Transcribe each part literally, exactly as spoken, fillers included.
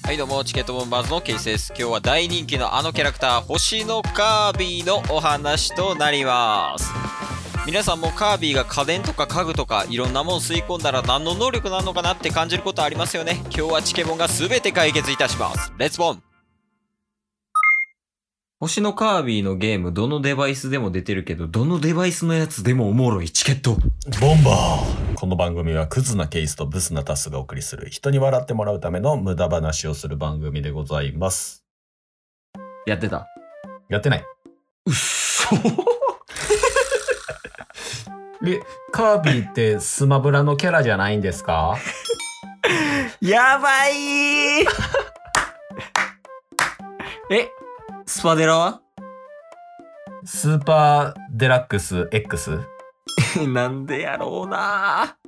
はいどうも、チケットボンバーズのケイスです。今日は大人気のあのキャラクター、星のカービィのお話となります。皆さんもカービィが家電とか家具とかいろんなもん吸い込んだら何の能力なのかなって感じることありますよね。今日はチケボンが全て解決いたします。レッツボン。星のカービィのゲーム、どのデバイスでも出てるけど、どのデバイスのやつでもおもろいチケットボンバー。この番組はクズなケイスとブスなタスがお送りする人に笑ってもらうための無駄話をする番組でございます。 やってた？ やってない。 うっそえ、カービィってスマブラのキャラじゃないんですか？ やばいーえ、スパデラはスーパーデラックス X？ なんでやろうな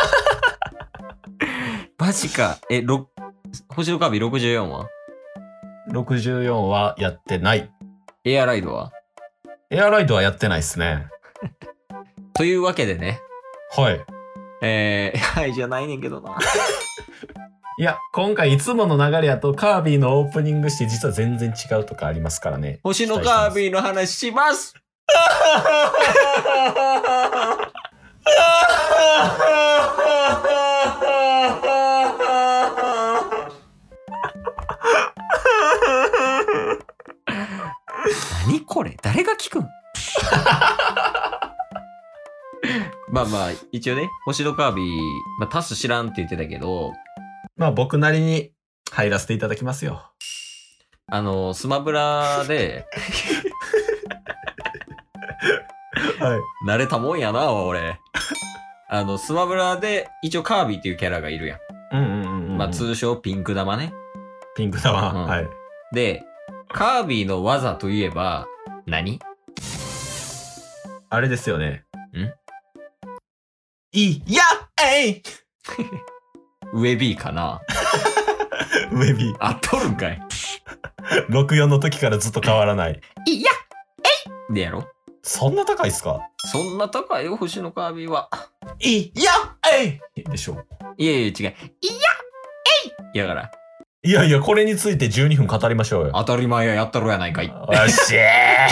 マジか。え、ろ星のカービィろくじゅうよんはろくじゅうよんはやってない。 エアライドはエアライドはやってないっすね。 というわけでね。 はい。 えー、はいじゃないねんけどな。 いや、今回いつもの流れやとカービィのオープニングして実は全然違うとかありますからね。 星のカービィの話します何これ誰が聞くんまあまあ一応ね、星のカービィ、まあ、タス知らんって言ってたけど、 まあ僕なりに入らせていただきますよ。 あのスマブラではい。 慣れたもんやな俺。あのスマブラで一応カービィっていうキャラがいるやん。 うんうんうんうん。 まあ通称ピンク玉ね。 ピンク玉、 うん、 はい。 でカービィの技といえば何？ あれですよね。 ん？ いやえい上 B かな上 B。 あっとるんかい。 ろくじゅうよんの時からずっと変わらない。 いやえいでやろ。 そんな高いっすか？ そんな高いよ星のカービィは。 いやえいでしょ。 いやいや違う。いやえいやから。 いやいや、これについてじゅうにふん語りましょうよ。 当たり前ややったろやないかい。 よっしゃ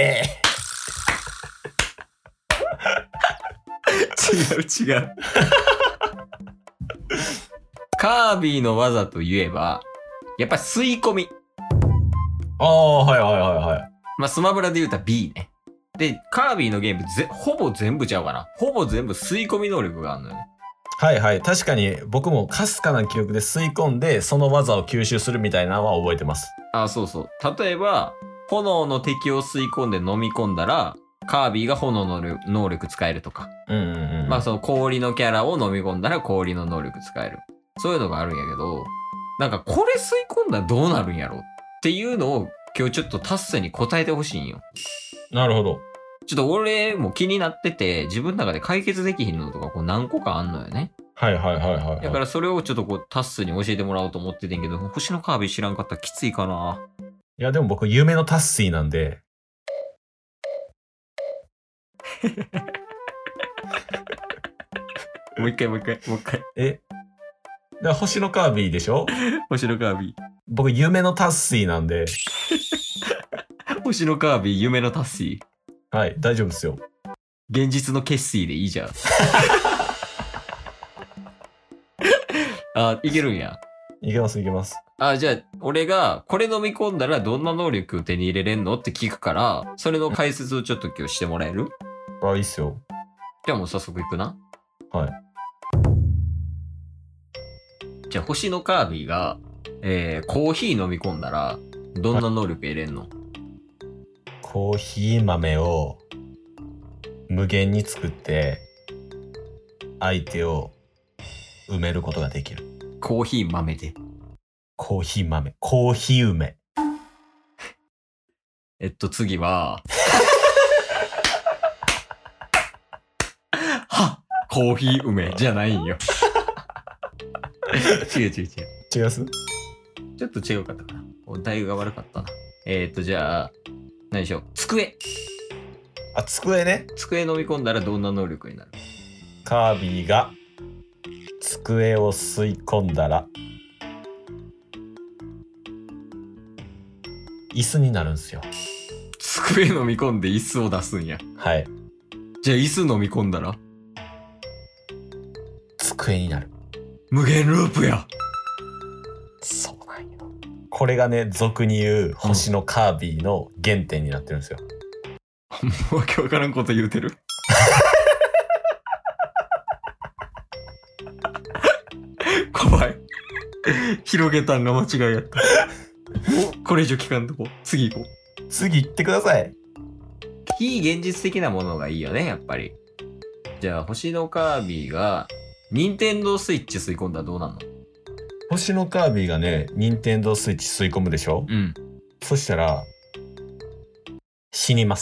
ー違う違う。カービィの技といえばやっぱ吸い込み。 ああ、はいはいはいはい。 まあスマブラで言うたら B ね。でカービィのゲームぜほぼ全部ちゃうかな。ほぼ全部吸い込み能力があるのよね。 はいはい。確かに僕もかすかな記憶で吸い込んでその技を吸収するみたいなのは覚えてます。 あ、そうそう。例えば炎の敵を吸い込んで飲み込んだらカービィが炎の能力使えるとか。 うんうんうん。 まあその氷のキャラを飲み込んだら氷の能力使える。そういうのがあるんやけど、なんかこれ吸い込んだらどうなるんやろっていうのを今日ちょっとタッスに答えてほしいんよ。 なるほど。 ちょっと俺も気になってて自分の中で解決できひんのとかこう何個かあんのよね。 はいはいはいはい、はい。 だからそれをちょっとこうタッスに教えてもらおうと思っててんけど、星のカービィ知らんかったらきついかな。 いやでも僕夢のタッシーなんで。 もう一回もう一回もう一回。 えだから星のカービィでしょ？ 星のカービィ。 僕夢のタッシーなんで。 星のカービィ夢のタッシー。はい、大丈夫ですよ。 現実のケッシーでいいじゃん。あ、いけるんや。 いけますいけます。 あ、じゃあ俺がこれ飲み込んだらどんな能力を手に入れれんのって聞くから、それの解説をちょっと今日してもらえる？ あ、いいっすよ。 じゃあもう早速いくな。 はい。 じゃあ星のカービィが、えー、コーヒー飲み込んだらどんな能力得れんの？ コーヒー豆を無限に作って相手を埋めることができる。 コーヒー豆で。 コーヒー豆。コーヒー梅。 えっと次ははコーヒー梅じゃないんよ。違う違う違う。 違います？ ちょっと違うかったかな。お題が悪かったな。えー、っとじゃあ何でしょう。机。 あ、机ね。 机飲み込んだらどんな能力になる？ カービィが机を吸い込んだら椅子になるんすよ。 机飲み込んで椅子を出すんや。 はい。 じゃあ椅子飲み込んだら机になる。 無限ループや。 そうなんよ。これがね、俗に言う星のカービィの原点になってるんですよ。 もうわけわからんこと言うてる。怖い。広げたんが間違いやった。もうこれ以上聞かんとこ。次行こう。 次行ってください。 非現実的なものがいいよね、やっぱり。じゃあ、星のカービィが、任天堂スイッチ吸い込んだらどうなんの？ 星のカービィがね、任天堂スイッチ吸い込むでしょ？ うん。 そしたら、死にます。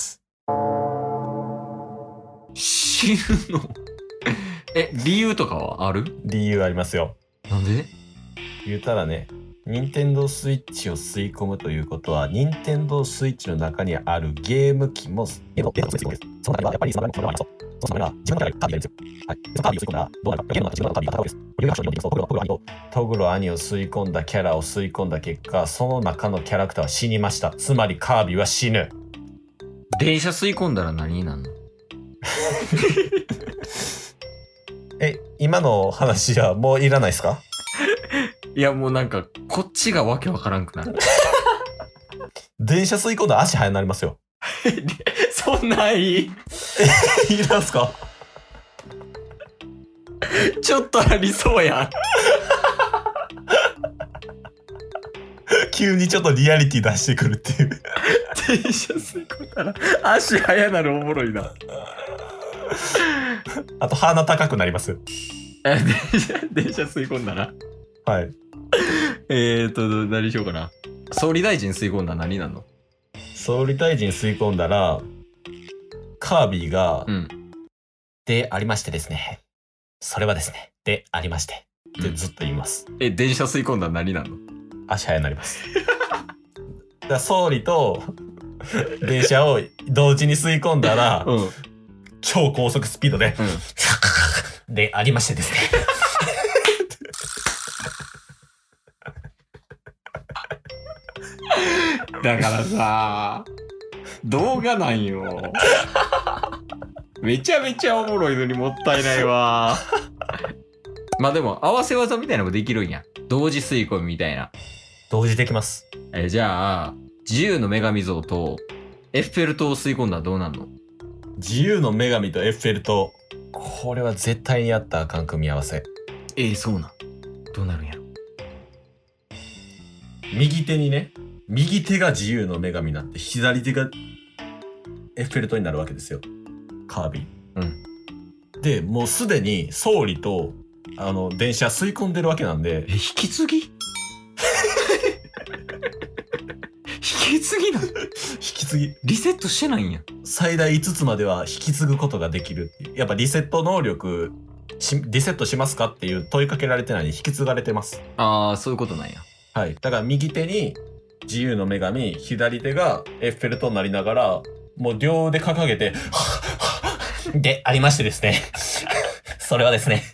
死ぬの？え、理由とかはある？ 理由ありますよ。 なんで？ 言うたらね、任天堂スイッチを吸い込むということは、任天堂スイッチの中にあるゲーム機も、ゲームのデータを吸い込むんです。その中にはやっぱりその中にはそのその中には自分の中にカービィがいるんですよ。はい。そのカービィを吸い込んだらどうなるか。ゲームの中で自分のカービィが戦うです。これがトグロトグロ兄とトグロ兄を吸い込んだキャラを吸い込んだ結果、その中のキャラクターは死にました。つまりカービィは死ぬ。 電車吸い込んだら何になるの？ え、今の話はもういらないですか？ いや、もうなんか、こっちがわけわからんくなる。 電車吸い込んだら足速くなりますよ。 そんなんいい？ え、いらんすか？ ちょっとありそうやん。 急にちょっとリアリティ出してくるっていう。 電車吸い込んだら足速なるおもろいな。 あと鼻高くなります。 え、電車、電車吸い込んだらはい。 えーと、何しようかな。総理大臣吸い込んだら何なんの？ 総理大臣吸い込んだら、カービィが、 うん。 でありましてですね。それはですね。でありまして。ってずっと言います。 うん、え、電車吸い込んだら何なんの？ 足早になります。だから総理と電車を同時に吸い込んだら、 うん、超高速スピードで、うん、でありましてですね。 だからさ、動画なんよ。めちゃめちゃおもろいのにもったいないわ。まあでも合わせ技みたいなのもできるんや。同時吸い込みみたいな。 同時できます。 え、じゃあ自由の女神像とエッフェル塔を吸い込んだらどうなんの？ 自由の女神とエッフェル塔。これは絶対にやったらあかん組み合わせ。 えー、そうなん。どうなるんやろ。 右手にね、右手が自由の女神になって左手がエッフェル塔になるわけですよ。カービィ。 うん。 で、もうすでに総理とあの電車吸い込んでるわけなんで。 え、引き継ぎ？引き継ぎなの？引き継ぎ。 リセットしてないんや。 最大いつつまでは引き継ぐことができるっていう。やっぱリセット能力しリセットしますかっていう問いかけられてないのに引き継がれてます。 ああ、そういうことなんや。 はい。だから右手に自由の女神、左手がエッフェル塔になりながら、もう両腕掲げて、で、ありましてですね。それはですね。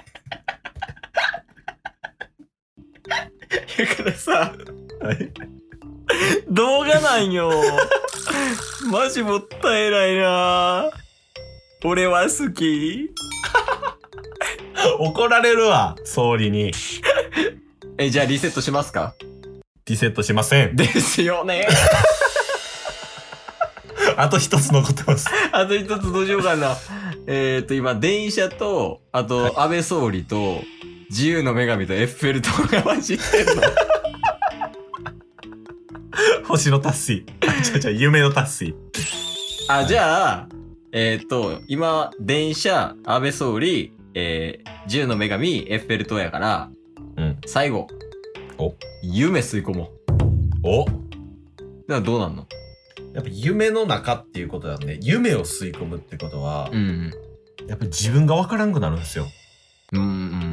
だからさ、 はい、 動画なんよ。マジもったいないな。俺は好き。 怒られるわ、総理に。 え、じゃあリセットしますか？ リセットしません。 ですよね。 あと一つ残ってます。 あと一つどうしようかな。えっと、今、電車と、あと、安倍総理と、自由の女神とエッフェル塔が混じってんの。 星の達成。あ、違う違う、夢の達成。 あ、じゃあ、えっと、今、電車、安倍総理、えー、自由の女神、エッフェル塔やから、 うん。 最後。 お。 夢吸い込もう。 お。 だからどうなんの？ やっぱ夢の中っていうことだね。夢を吸い込むってことは、 うん、 やっぱり自分がわからんくなるんですよ。 うんうん。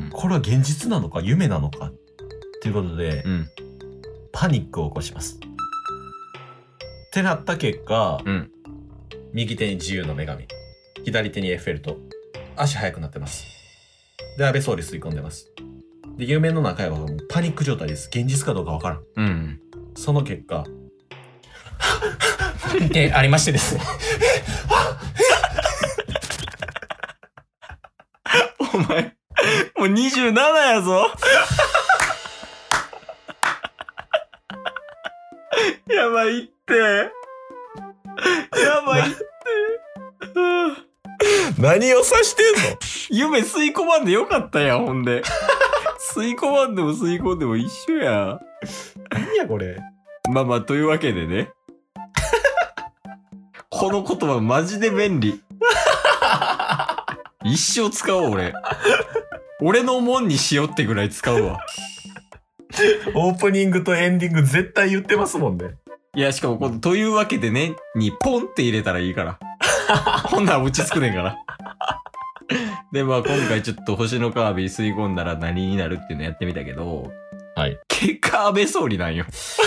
これは現実なのか夢なのかっていうことで、 うん、 パニックを起こします。ってなった結果、 うん、 右手に自由の女神、左手にエッフェル塔、足速くなってます。で、安倍総理吸い込んでます。で、夢の中はもうパニック状態です。現実かどうかわからん。 うん。 その結果、 でありましてですね。 お前、もうにじゅうななやぞ。やばいって。やばいって。 何を指してんの？ 夢吸い込まんでよかったやん、ほんで。吸い込まんでも吸い込んでも一緒や。 何やこれ。 まあまあ、というわけでね。この言葉マジで便利。一生使おう、俺。俺のもんにしようってぐらい使うわ。 オープニングとエンディング絶対言ってますもんね。 いや、しかもこの、というわけでね、にポンって入れたらいいから。ほんなら落ち着くねんから。で、まあ今回ちょっと星のカービィ吸い込んだら何になるっていうのやってみたけど、 はい。 結果安倍総理なんよ。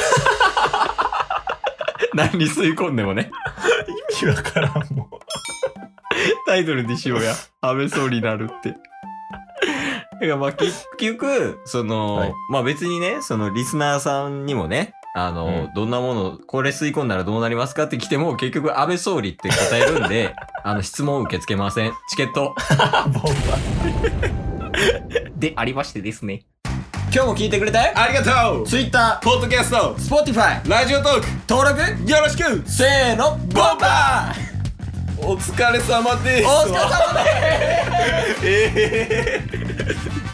何に吸い込んでもね。 意味わからんもん。 タイトルにしようや。安倍総理になるって。だからまあ結局、その、はい、まあ別にね、そのリスナーさんにもね、あの、うん、どんなもの、これ吸い込んだらどうなりますかって来ても、結局安倍総理って答えるんで、あの質問受け付けません。チケット。で、ありましてですね。今日も聞いてくれてありがとう。 Twitter、ポッドキャスト、Spotify、ラジオトーク、登録よろしく。せーの、ボンバー。お疲れ様です。お疲れ様です。えー